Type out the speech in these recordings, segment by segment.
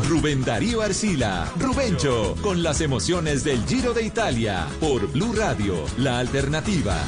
Rubén Darío Arcila, Rubencho, con las emociones del Giro de Italia, por Blue Radio, la alternativa.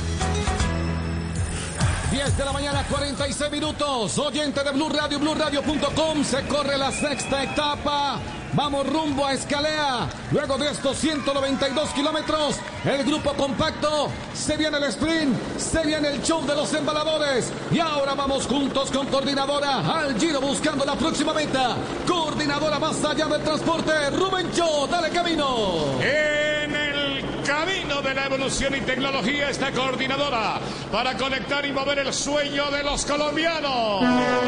10 de la mañana, 46 minutos. Oyente de Blue Radio, BlueRadio.com. Se corre la sexta etapa. Vamos rumbo a Escalea. Luego de estos 192 kilómetros, el grupo compacto. Se viene el sprint, se viene el show de los embaladores. Y ahora vamos juntos con Coordinadora al Giro buscando la próxima meta. Coordinadora más allá del transporte. Rubencho, dale camino. En el camino de la evolución y tecnología está Coordinadora para conectar y mover el sueño de los colombianos.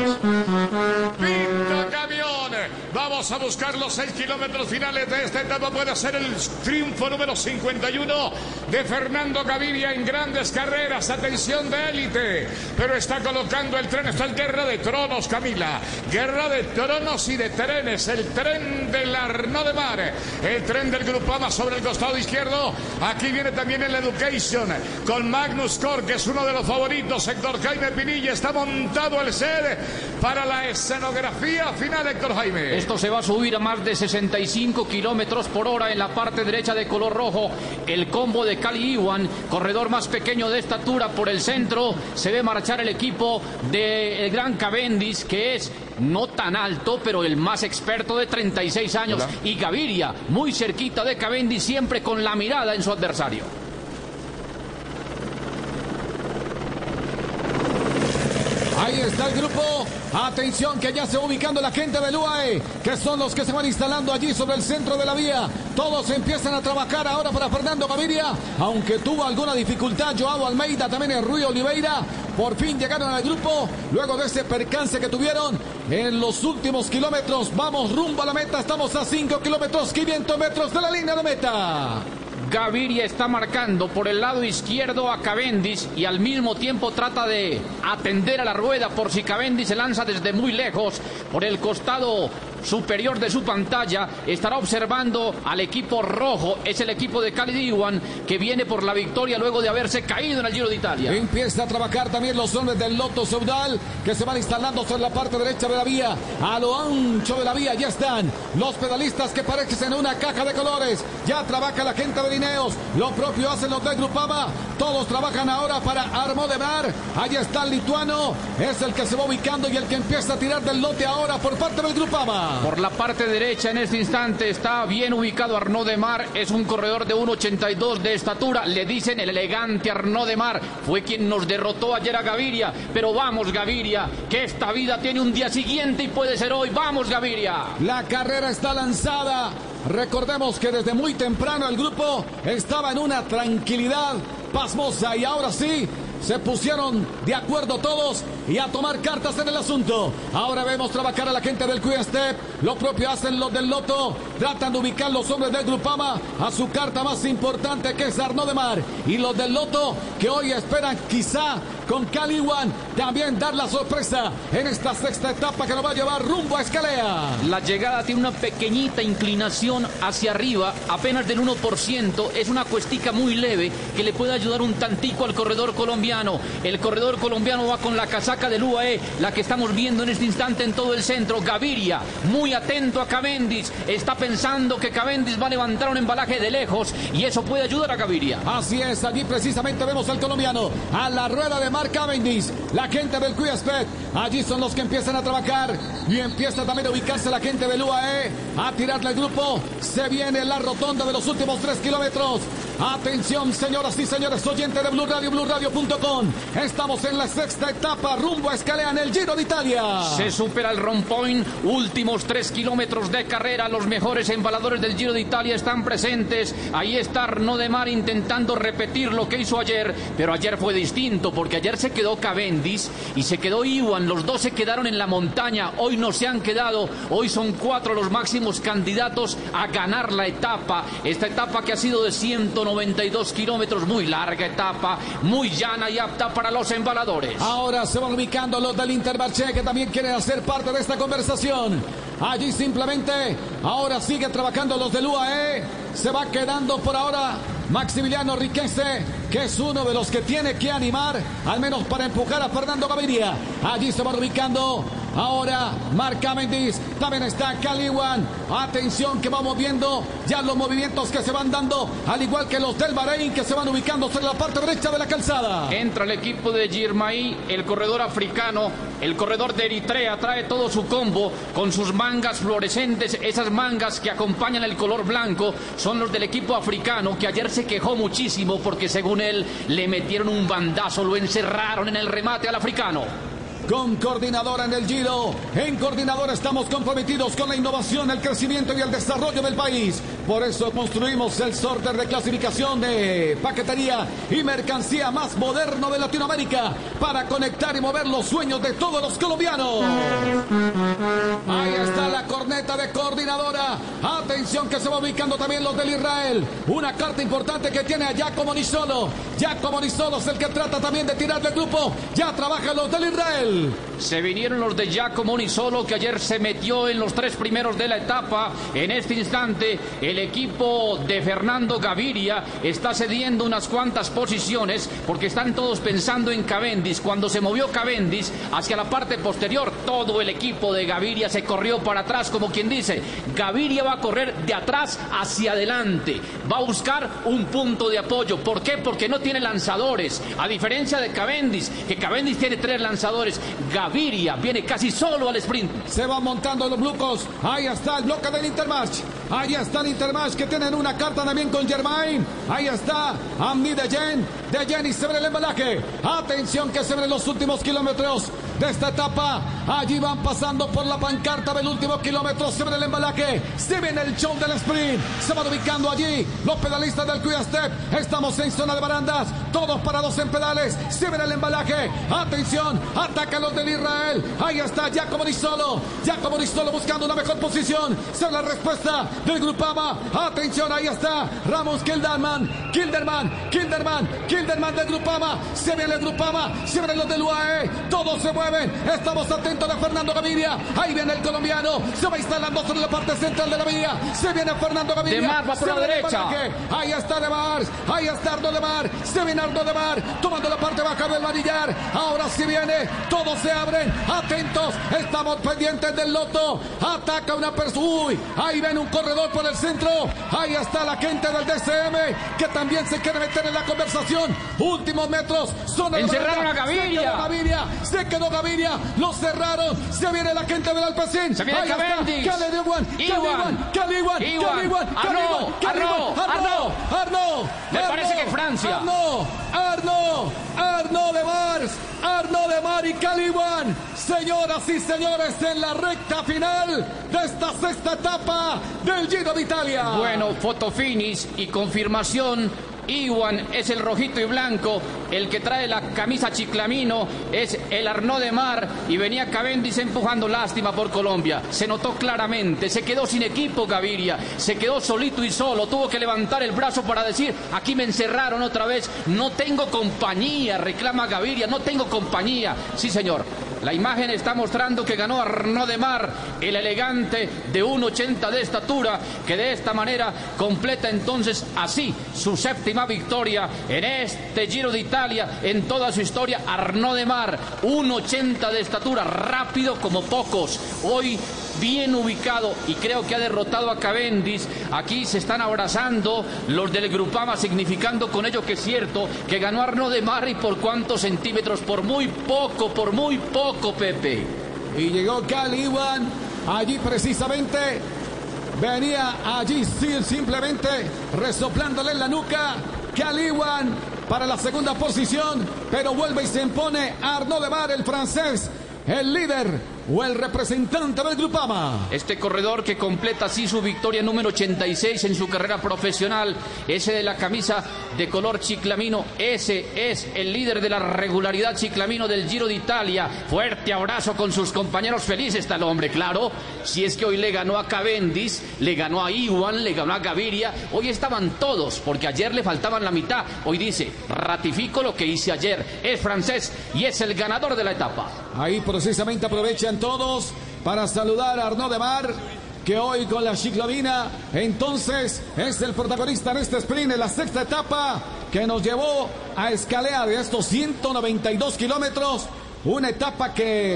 Pinto camión. Vamos a buscar los 6 kilómetros finales de esta etapa. Puede ser el triunfo número 51 de Fernando Gaviria en grandes carreras. Atención de élite. Pero está colocando el tren. Está en Guerra de Tronos, Camila. Guerra de Tronos y de trenes. El tren del Arnaud de Mar. El tren del Grupama sobre el costado izquierdo. Aquí viene también el Education con Magnus Cor, que es uno de los favoritos. Héctor Jaime Pinilla. Está montado el set para la escenografía final, Héctor Jaime. Esto se va a subir a más de 65 kilómetros por hora en la parte derecha de color rojo. El combo de Cali Iwan, corredor más pequeño de estatura por el centro. Se ve marchar el equipo del Gran Cavendish, que es no tan alto, pero el más experto de 36 años. Hola. Y Gaviria, muy cerquita de Cavendish, siempre con la mirada en su adversario. Ahí está el grupo. Atención que ya se va ubicando la gente del UAE, que son los que se van instalando allí sobre el centro de la vía. Todos empiezan a trabajar ahora para Fernando Gaviria, aunque tuvo alguna dificultad Joao Almeida, también el Rui Oliveira. Por fin llegaron al grupo, luego de ese percance que tuvieron en los últimos kilómetros. Vamos rumbo a la meta, estamos a 5 kilómetros, 500 metros de la línea de meta. Gaviria está marcando por el lado izquierdo a Cavendish y al mismo tiempo trata de atender a la rueda por si Cavendish se lanza desde muy lejos. Por el costado superior de su pantalla estará observando al equipo rojo. Es el equipo de Cali Iwan, que viene por la victoria luego de haberse caído en el Giro de Italia. Empieza a trabajar también los hombres del Lotto Soudal, que se van instalando sobre la parte derecha de la vía. A lo ancho de la vía ya están los pedalistas que parecen una caja de colores. Ya trabaja la gente de Ineos, lo propio hacen los de Grupama. Todos trabajan ahora para Arnaud de Mar. Allí está el lituano, es el que se va ubicando y el que empieza a tirar del lote ahora por parte del Grupama. Por la parte derecha en este instante está bien ubicado Arnaud de Mar. Es un corredor de 1,82 de estatura. Le dicen el elegante Arnaud de Mar. Fue quien nos derrotó ayer a Gaviria. Pero vamos, Gaviria, que esta vida tiene un día siguiente y puede ser hoy. Vamos, Gaviria. La carrera está lanzada. Recordemos que desde muy temprano el grupo estaba en una tranquilidad pasmosa y ahora sí se pusieron de acuerdo todos y a tomar cartas en el asunto. Ahora vemos trabajar a la gente del Quick Step. Lo propio hacen los del Lotto. Tratan de ubicar los hombres del Grupama a su carta más importante, que es Arnaud de Mar. Y los del Lotto que hoy esperan quizá con Cali Iwan también dar la sorpresa en esta sexta etapa que nos va a llevar rumbo a Escalea. La llegada tiene una pequeñita inclinación hacia arriba, apenas del 1%. Es una cuestica muy leve que le puede ayudar un tantico al corredor colombiano. El corredor colombiano va con la casaca del UAE, la que estamos viendo en este instante en todo el centro. Gaviria, muy atento a Cavendish, está pensando que Cavendish va a levantar un embalaje de lejos y eso puede ayudar a Gaviria. Así es, allí precisamente vemos al colombiano a la rueda de Mark Cavendish, la gente del Quick Step. Allí son los que empiezan a trabajar y empieza también a ubicarse la gente del UAE, a tirarle el grupo. Se viene la rotonda de los últimos 3 kilómetros. Atención, señoras y señores, oyentes de Blue Radio, BlueRadio.com. Estamos en la sexta etapa rumbo a Escalea en el Giro de Italia. Se supera el rompoint, últimos 3 kilómetros de carrera. Los mejores embaladores del Giro de Italia están presentes. Ahí está Arnaud de Mar intentando repetir lo que hizo ayer, pero ayer fue distinto porque ayer se quedó Cavendish y se quedó Iwan. Los dos se quedaron en la montaña. Hoy no se han quedado. Hoy son 4 los máximos candidatos a ganar la etapa. Esta etapa que ha sido de 192 kilómetros, muy larga etapa, muy llana y apta para los embaladores. Ahora se van ubicando los del Intermarché, que también quieren hacer parte de esta conversación. Allí simplemente, ahora sigue trabajando los del UAE. Se va quedando por ahora Maximiliano Riquese, que es uno de los que tiene que animar, al menos para empujar a Fernando Gaviria. Allí se van ubicando Ahora Mark Cavendish, también está Caliwan. Atención que vamos viendo ya los movimientos que se van dando, al igual que los del Bahrein, que se van ubicando en la parte derecha de la calzada. Entra el equipo de Girmay, el corredor africano, el corredor de Eritrea, trae todo su combo con sus mangas fluorescentes. Esas mangas que acompañan el color blanco son los del equipo africano, que ayer se quejó muchísimo porque según él le metieron un bandazo, lo encerraron en el remate al africano. Con coordinadora en el Giro, en coordinadora estamos comprometidos con la innovación, el crecimiento y el desarrollo del país. Por eso construimos el sorteo de clasificación de paquetería y mercancía más moderno de Latinoamérica para conectar y mover los sueños de todos los colombianos. Ahí está la corneta de coordinadora. Atención que se va ubicando también los del Israel. Una carta importante que tiene a Giacomo Nizzolo. Giacomo Nizzolo es el que trata también de tirar del grupo. Ya trabajan los del Israel. Se vinieron los de Giacomo Nizzolo, que ayer se metió en los 3 primeros de la etapa. En este instante el equipo de Fernando Gaviria está cediendo unas cuantas posiciones porque están todos pensando en Cavendish. Cuando se movió Cavendish hacia la parte posterior, todo el equipo de Gaviria se corrió para atrás, como quien dice, Gaviria va a correr de atrás hacia adelante, va a buscar un punto de apoyo. ¿Por qué? Porque no tiene lanzadores, a diferencia de Cavendish, que Cavendish tiene 3 lanzadores. Gaviria viene casi solo al sprint. Se van montando los bloques. Ahí está el bloque del Intermarché. Ahí está el Intermarché, que tienen una carta también con Germain. Ahí está Amni de y se ve el embalaje. Atención que se ven los últimos kilómetros de esta etapa. Allí van pasando por la pancarta del último kilómetro. Se ve el embalaje. Se viene el show del sprint. Se van ubicando allí los pedalistas del Quick-Step. Estamos en zona de barandas. Todos parados en pedales. Se ve el embalaje. Atención. Ataca los del Israel. Ahí está Giacomo Nizzolo. Giacomo Nizzolo buscando una mejor posición. Se ve la respuesta del Grupama. Atención. Ahí está Ramos Kilderman del Grupama. Se viene el Grupama. Se vienen los del UAE. Todos se mueven. Estamos atentos a Fernando Gaviria. Ahí viene el colombiano. Se va instalando sobre la parte central de la vía. Se viene Fernando Gaviria. De Mar va por la derecha. Ahí está De Mar. Ahí está Arnaud De Mar. Se viene Arnaud De Mar. Tomando la parte baja del manillar. Ahora sí viene. Todos se abren. Atentos. Estamos pendientes del loto. Ataca una persona. Uy. Ahí ven un corredor por el centro. Ahí está la gente del DCM, que también se quiere meter en la conversación. Últimos metros. Encerraron a Gaviria. Se quedó Gaviria. Lo cerraron. Se viene la gente del Alpecin. Se viene Cavendish. Arnaud. Me parece que Francia. Arnaud De Mar y Caliwan. Señoras y señores, en la recta final de esta 6ª etapa del Giro de Italia. Bueno, fotofinish y confirmación. Iwan es el rojito y blanco, el que trae la camisa chiclamino es el Arnaud De Mar y venía Cavendish empujando. Lástima por Colombia, se notó claramente, se quedó sin equipo Gaviria, se quedó solito y solo, tuvo que levantar el brazo para decir: aquí me encerraron otra vez, no tengo compañía, reclama Gaviria, no tengo compañía. Sí señor, la imagen está mostrando que ganó Arnaud De Mar, el elegante de 1,80 de estatura, que de esta manera completa entonces así su 7ª victoria en este Giro de Italia en toda su historia. Arnaud De Mar, 1,80 de estatura, rápido como pocos, hoy bien ubicado y creo que ha derrotado a Cavendish. Aquí se están abrazando los del Grupama, significando con ello que es cierto que ganó Arnaud De Mar. ¿Y por cuántos centímetros? Por muy poco, Pepe. Y llegó Caliwan, allí precisamente venía allí simplemente resoplándole en la nuca. Caliwan para la 2ª posición, pero vuelve y se impone Arnaud De Mar, el francés, el líder o el representante del Grupama. Este corredor que completa así su victoria número 86 en su carrera profesional, ese de la camisa de color chiclamino, ese es el líder de la regularidad chiclamino del Giro de Italia. Fuerte abrazo con sus compañeros, feliz está el hombre, claro, si es que hoy le ganó a Cavendish, le ganó a Iwan, le ganó a Gaviria, hoy estaban todos, porque ayer le faltaban la mitad, hoy dice: ratifico lo que hice ayer, es francés y es el ganador de la etapa. Ahí precisamente aprovechan todos para saludar a Arnaud De Mar, que hoy con la ciclovina entonces es el protagonista en este sprint, en la 6ª etapa que nos llevó a escalera de estos 192 kilómetros. Una etapa que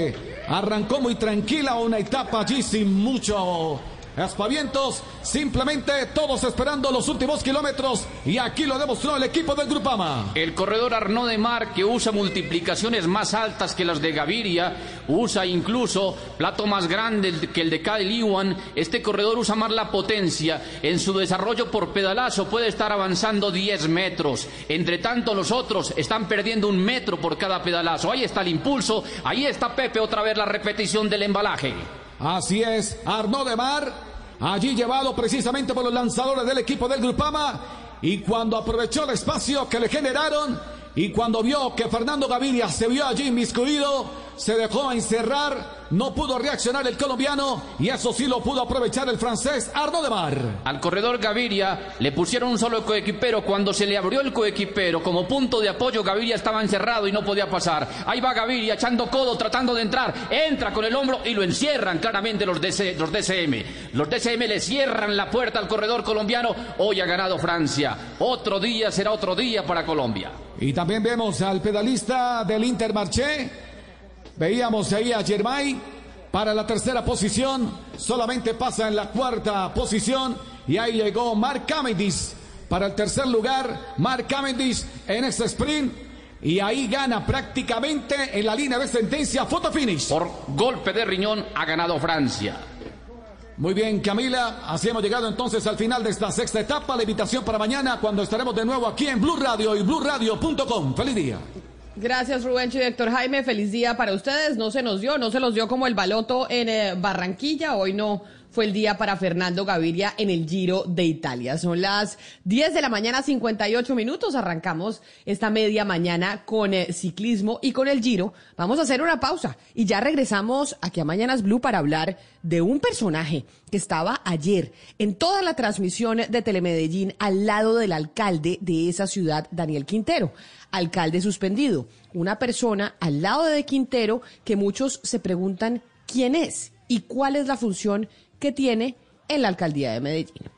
arrancó muy tranquila una etapa allí sin mucho aspavientos, simplemente todos esperando los últimos kilómetros, y aquí lo demostró el equipo del Grupama. El corredor Arnaud Démare, que usa multiplicaciones más altas que las de Gaviria, usa incluso plato más grande que el de Kyle Ewan. Este corredor usa más la potencia. En su desarrollo por pedalazo puede estar avanzando 10 metros. Entre tanto, los otros están perdiendo 1 metro por cada pedalazo. Ahí está el impulso, ahí está Pepe, otra vez la repetición del embalaje. Así es, Arnaud Démare, allí llevado precisamente por los lanzadores del equipo del Grupama, y cuando aprovechó el espacio que le generaron, y cuando vio que Fernando Gaviria se vio allí inmiscuido, se dejó encerrar, no pudo reaccionar el colombiano, y eso sí lo pudo aprovechar el francés Arnaud Démare. Al corredor Gaviria le pusieron un solo coequipero. Cuando se le abrió el coequipero como punto de apoyo, Gaviria estaba encerrado y no podía pasar. Ahí va Gaviria echando codo, tratando de entrar, entra con el hombro y lo encierran claramente los DCM. Los DCM le cierran la puerta al corredor colombiano. Hoy ha ganado Francia. Otro día será otro día para Colombia. Y también vemos al pedalista del Intermarché. Veíamos ahí a Germain para la tercera posición, solamente pasa en la cuarta posición, y ahí llegó Mark Cavendish para el tercer lugar. Mark Cavendish en ese sprint, y ahí gana prácticamente en la línea de sentencia, photo finish. Por golpe de riñón ha ganado Francia. Muy bien, Camila, así hemos llegado entonces al final de esta sexta etapa. La invitación para mañana, cuando estaremos de nuevo aquí en Blue Radio y BlueRadio.com. ¡Feliz día! Gracias, Rubencho y Héctor Jaime. Feliz día para ustedes. No se los dio como el baloto en Barranquilla. Hoy no fue el día para Fernando Gaviria en el Giro de Italia. Son las 10 de la mañana, 58 minutos. Arrancamos esta media mañana con ciclismo y con el Giro. Vamos a hacer una pausa y ya regresamos aquí a Mañanas Blue para hablar de un personaje que estaba ayer en toda la transmisión de Telemedellín al lado del alcalde de esa ciudad, Daniel Quintero. Alcalde suspendido, una persona al lado de Quintero que muchos se preguntan quién es y cuál es la función que tiene en la alcaldía de Medellín.